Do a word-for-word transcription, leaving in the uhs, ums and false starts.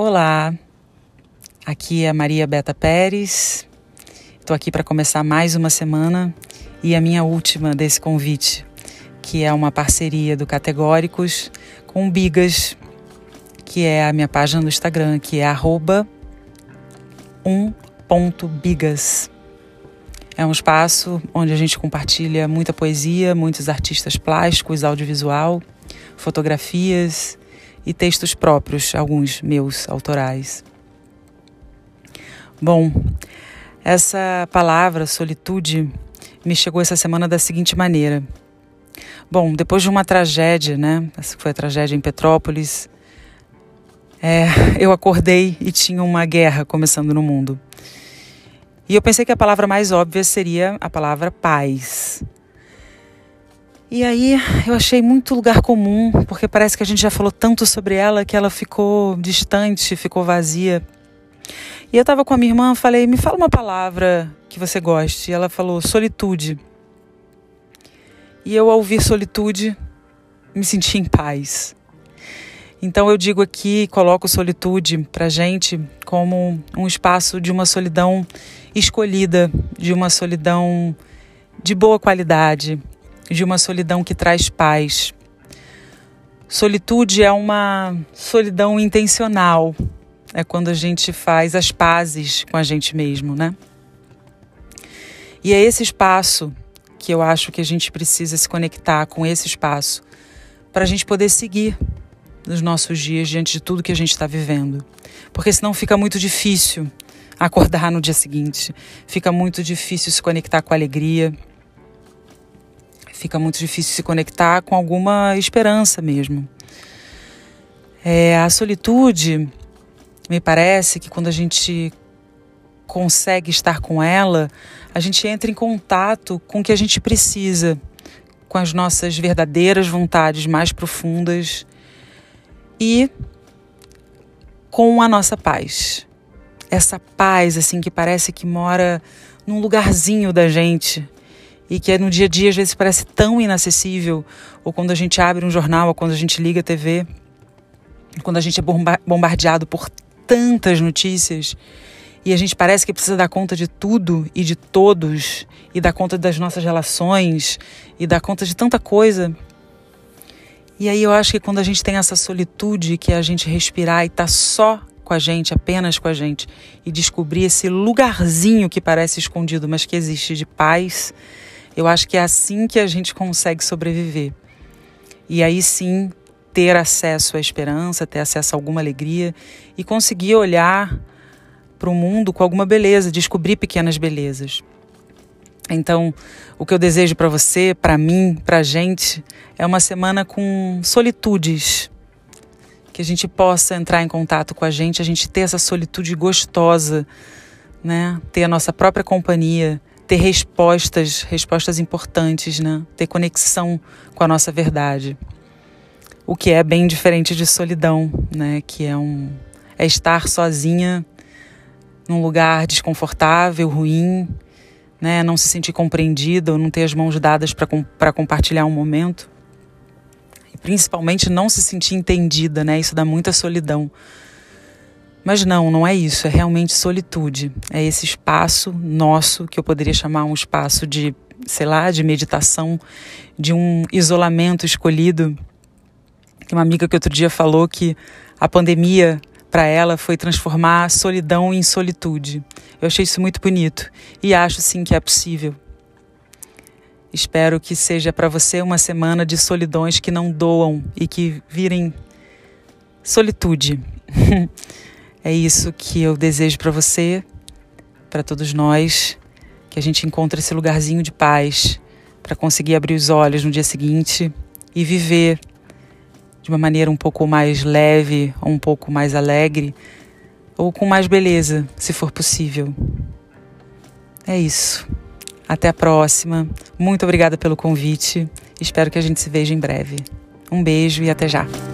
Olá, aqui é a Maria Beta Pérez, estou aqui para começar mais uma semana e a minha última desse convite, que é uma parceria do Categóricos com o Bigas, que é a minha página do Instagram, que é arroba um ponto bigas. É um espaço onde a gente compartilha muita poesia, muitos artistas plásticos, audiovisual, fotografias e textos próprios, alguns meus autorais. Bom, essa palavra, solitude, me chegou essa semana da seguinte maneira. Bom, depois de uma tragédia, né? Essa foi a tragédia em Petrópolis, é, eu acordei e tinha uma guerra começando no mundo. E eu pensei que a palavra mais óbvia seria a palavra paz. E aí eu achei muito lugar comum, porque parece que a gente já falou tanto sobre ela que ela ficou distante, ficou vazia. E eu estava com a minha irmã, falei, me fala uma palavra que você goste. E ela falou, solitude. E eu, ao ouvir solitude, me senti em paz. Então eu digo aqui, coloco solitude pra gente como um espaço de uma solidão escolhida, de uma solidão de boa qualidade, de uma solidão que traz paz. Solitude é uma solidão intencional. É quando a gente faz as pazes com a gente mesmo, né? E é esse espaço que eu acho que a gente precisa se conectar com esse espaço para a gente poder seguir nos nossos dias diante de tudo que a gente está vivendo. Porque senão fica muito difícil acordar no dia seguinte. Fica muito difícil se conectar com a alegria. Fica muito difícil se conectar com alguma esperança mesmo. É, a solitude, me parece que quando a gente consegue estar com ela, a gente entra em contato com o que a gente precisa, com as nossas verdadeiras vontades mais profundas e com a nossa paz. Essa paz, assim, que parece que mora num lugarzinho da gente, e que no dia a dia às vezes parece tão inacessível, ou quando a gente abre um jornal, ou quando a gente liga a T V, quando a gente é bombardeado por tantas notícias, e a gente parece que precisa dar conta de tudo e de todos, e dar conta das nossas relações, e dar conta de tanta coisa. E aí eu acho que quando a gente tem essa solitude, que é a gente respirar e estar só com a gente, apenas com a gente, e descobrir esse lugarzinho que parece escondido, mas que existe de paz, eu acho que é assim que a gente consegue sobreviver. E aí sim, ter acesso à esperança, ter acesso a alguma alegria e conseguir olhar para o mundo com alguma beleza, descobrir pequenas belezas. Então, o que eu desejo para você, para mim, para a gente, é uma semana com solitudes. Que a gente possa entrar em contato com a gente, a gente ter essa solitude gostosa, né? Ter a nossa própria companhia, ter respostas, respostas importantes, né? Ter conexão com a nossa verdade. O que é bem diferente de solidão, né? Que é, um, é estar sozinha num lugar desconfortável, ruim, né? Não se sentir compreendida ou não ter as mãos dadas para para compartilhar um momento. E principalmente não se sentir entendida, né? Isso dá muita solidão. Mas não, não é isso, é realmente solitude. É esse espaço nosso, que eu poderia chamar um espaço de, sei lá, de meditação, de um isolamento escolhido. Tem uma amiga que outro dia falou que a pandemia, para ela, foi transformar a solidão em solitude. Eu achei isso muito bonito e acho sim que é possível. Espero que seja para você uma semana de solidões que não doam e que virem solitude. É isso que eu desejo para você, para todos nós, que a gente encontre esse lugarzinho de paz para conseguir abrir os olhos no dia seguinte e viver de uma maneira um pouco mais leve, ou um pouco mais alegre, ou com mais beleza, se for possível. É isso. Até a próxima. Muito obrigada pelo convite. Espero que a gente se veja em breve. Um beijo e até já.